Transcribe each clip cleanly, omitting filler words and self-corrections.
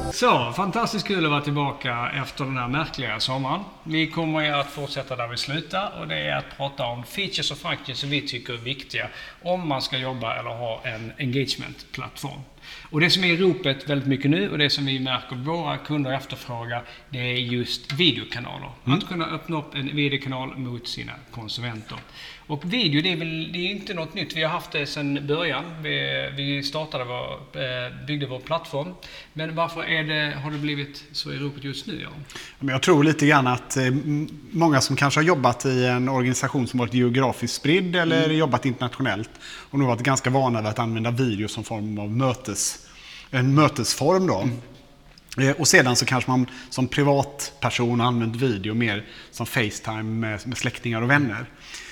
Så, fantastiskt kul att vara tillbaka efter den här märkliga sommaren. Vi kommer att fortsätta där vi slutar och det är att prata om features och functions som vi tycker är viktiga om man ska jobba eller ha en engagement-plattform. Och det som är i ropet väldigt mycket nu och det som vi märker våra kunder efterfrågar, det är just videokanaler. Att kunna öppna upp en videokanal mot sina konsumenter. Och video, det är inte något nytt. Vi har haft det sedan början. Vi byggde vår plattform. Men varför har det blivit så i ropet just nu? Ja? Men jag tror lite grann att många som kanske har jobbat i en organisation som varit geografiskt spridd eller jobbat internationellt och nu varit ganska vana vid att använda video som form av en mötesform då. Och sedan så kanske man som privatperson använt video mer som FaceTime med släktingar och vänner.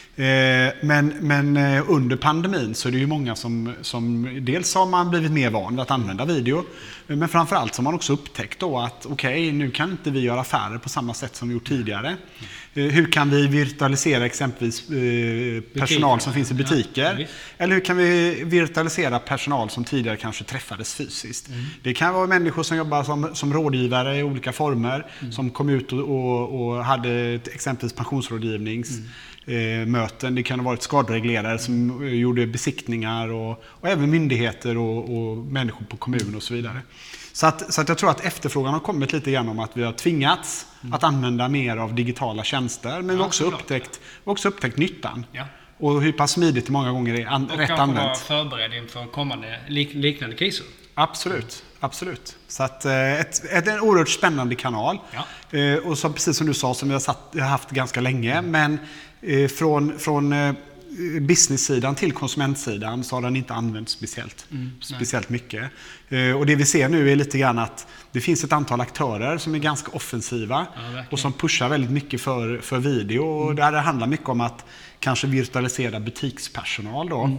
Men under pandemin så är det ju många som dels har man blivit mer van att använda video, men framförallt så har man också upptäckt då att okej, nu kan inte vi göra affärer på samma sätt som vi gjort tidigare. Hur kan vi virtualisera exempelvis personal som finns i butiker? Eller hur kan vi virtualisera personal som tidigare kanske träffades fysiskt? Det kan vara människor som jobbar som rådgivare i olika former, som kom ut och hade exempelvis pensionsrådgivningsmöten. Det kan ha varit skadereglerare som gjorde besiktningar och även myndigheter och människor på kommun och så vidare. Så att jag tror att efterfrågan har kommit lite grann om att vi har tvingats att använda mer av digitala tjänster, men vi har också upptäckt nyttan. Ja. Och hur pass smidigt det många gånger är rätt använt. Och vara förberedd inför kommande liknande kriser. Absolut. Så att en oerhört spännande kanal. Ja. Och som, precis som du sa, som vi har haft ganska länge. Men från business-sidan till konsumentsidan så har den inte använts speciellt mycket. Och det vi ser nu är lite grann att det finns ett antal aktörer som är ganska offensiva och som pushar väldigt mycket för video. Och där det handlar mycket om att kanske virtualisera butikspersonal då.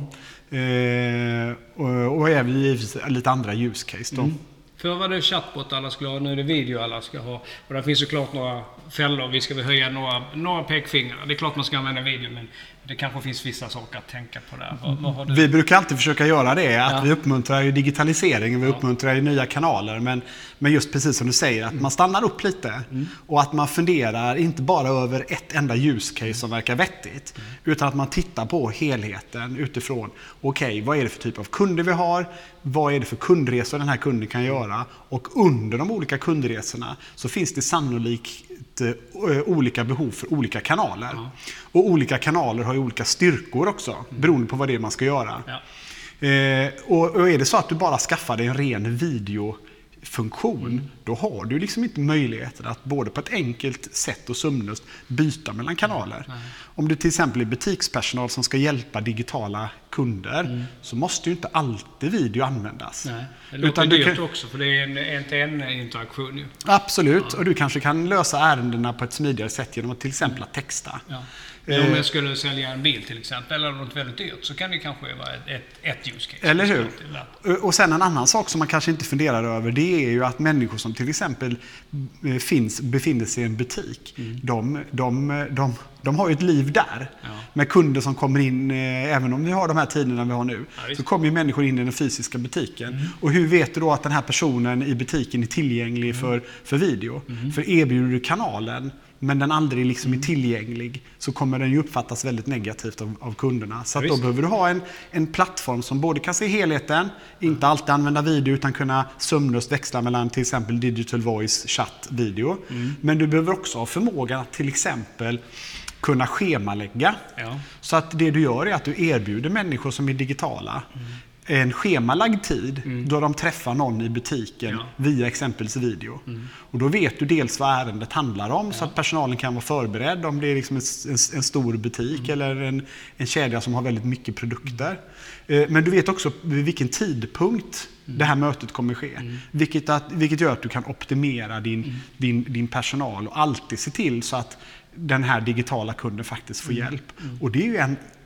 Och även lite andra use case då. Förr var det chatbot alla skulle ha, nu är det video alla ska ha. Och där finns såklart några fällor, vi ska väl höja några pekfingrar. Det är klart man ska använda video, men det kanske finns vissa saker att tänka på där. Vad har du? Vi brukar alltid försöka göra det, att vi uppmuntrar ju digitalisering, vi uppmuntrar ju nya kanaler, men just precis som du säger, att man stannar upp lite och att man funderar inte bara över ett enda use case som verkar vettigt, utan att man tittar på helheten utifrån, okej, vad är det för typ av kunder vi har, vad är det för kundresor den här kunden kan göra, och under de olika kundresorna så finns det sannolikt olika behov för olika kanaler. Ja. Och olika kanaler har ju olika styrkor också, beroende på vad det är man ska göra. Ja. Och är det så att du bara skaffar dig en ren videofunktion, då har du liksom inte möjligheten att både på ett enkelt sätt och sömlöst byta mellan kanaler. Om du till exempel är butikspersonal som ska hjälpa digitala kunder, så måste ju inte alltid video användas. Nej, det låter dyrt också, för det är en interaktion. Absolut, och du kanske kan lösa ärendena på ett smidigare sätt genom att till exempel att texta. Ja. Om jag skulle sälja en bil till exempel, eller något väldigt dyrt, så kan det kanske vara ett use case. Eller hur? Och sen en annan sak som man kanske inte funderar över, det är ju att människor som till exempel befinner sig i en butik, de har ju ett liv där. Ja. Med kunder som kommer in, även om vi har de här tiderna vi har nu, så kommer ju människor in i den fysiska butiken. Och hur vet du då att den här personen i butiken är tillgänglig för video? För erbjuder du kanalen, men den aldrig liksom är tillgänglig, så kommer den ju uppfattas väldigt negativt av kunderna. Så att då behöver du ha en plattform som både kan se helheten, inte alltid använda video utan kunna sömlöst växla mellan till exempel digital voice, chatt, video. Men du behöver också ha förmågan att till exempel kunna schemalägga. Ja. Så att det du gör är att du erbjuder människor som är digitala en schemalagd tid då de träffar någon i butiken via exempelvis video. Och då vet du dels vad ärendet handlar om, så att personalen kan vara förberedd om det är liksom en stor butik eller en kedja som har väldigt mycket produkter. Men du vet också vid vilken tidpunkt det här mötet kommer ske. Vilket gör att du kan optimera din personal och alltid se till så att den här digitala kunden faktiskt får hjälp. Och det är ju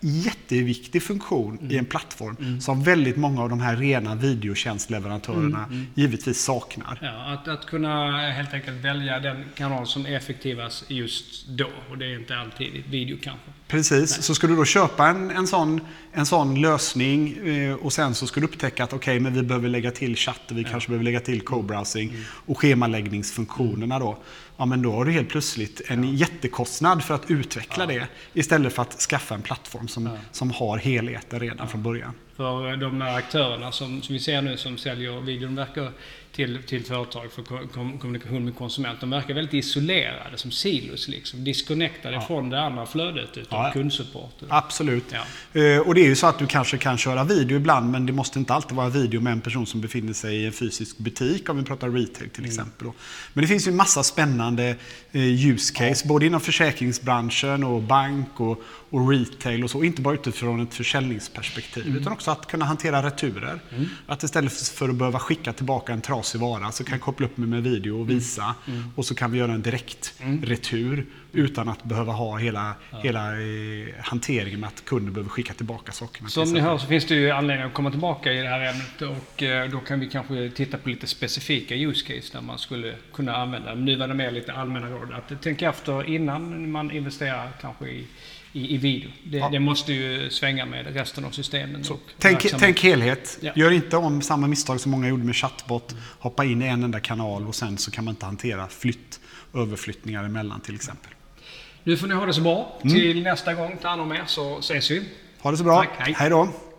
jätteviktig funktion i en plattform som väldigt många av de här rena videotjänstleverantörerna givetvis saknar. Ja, att kunna helt enkelt välja den kanal som är effektivast just då, och det är inte alltid video kanske. Precis, så ska du då köpa en sån lösning och sen så ska du upptäcka att okej, men vi behöver lägga till chatt och vi kanske behöver lägga till co-browsing och schemaläggningsfunktionerna då. Ja, men då har du helt plötsligt en jättekostnad för att utveckla det istället för att skaffa en plattform som har helheten redan från början. För de här aktörerna som vi ser nu som säljer video, de verkar till företag för kommunikation med konsument, de verkar väldigt isolerade som silos, liksom, disconnectade från det andra flödet utav kundsupport. Absolut. Och det är ju så att du kanske kan köra video ibland, men det måste inte alltid vara video med en person som befinner sig i en fysisk butik, om vi pratar retail till exempel. Men det finns ju en massa spännande use case, både inom försäkringsbranschen och bank och retail och så, inte bara utifrån ett försäljningsperspektiv utan också att kunna hantera returer. Att istället för att behöva skicka tillbaka en trasig vara så kan jag koppla upp mig med video och visa och så kan vi göra en direkt retur utan att behöva ha hela hanteringen med att kunden behöver skicka tillbaka sakerna. Som ni hör så finns det ju anledning att komma tillbaka i det här ämnet, och då kan vi kanske titta på lite specifika use case där man skulle kunna använda. Nu var det mer lite allmänna råd att tänka efter innan man investerar kanske i video. Det måste ju svänga med resten av systemen. Tänk helhet. Gör inte om samma misstag som många gjorde med chatbot. Hoppa in i en enda kanal och sen så kan man inte hantera överflyttningar emellan till exempel. Nu får ni ha det så bra. Till nästa gång, ta hand om er, så ses vi. Ha det så bra. Tack, hej. Hej då.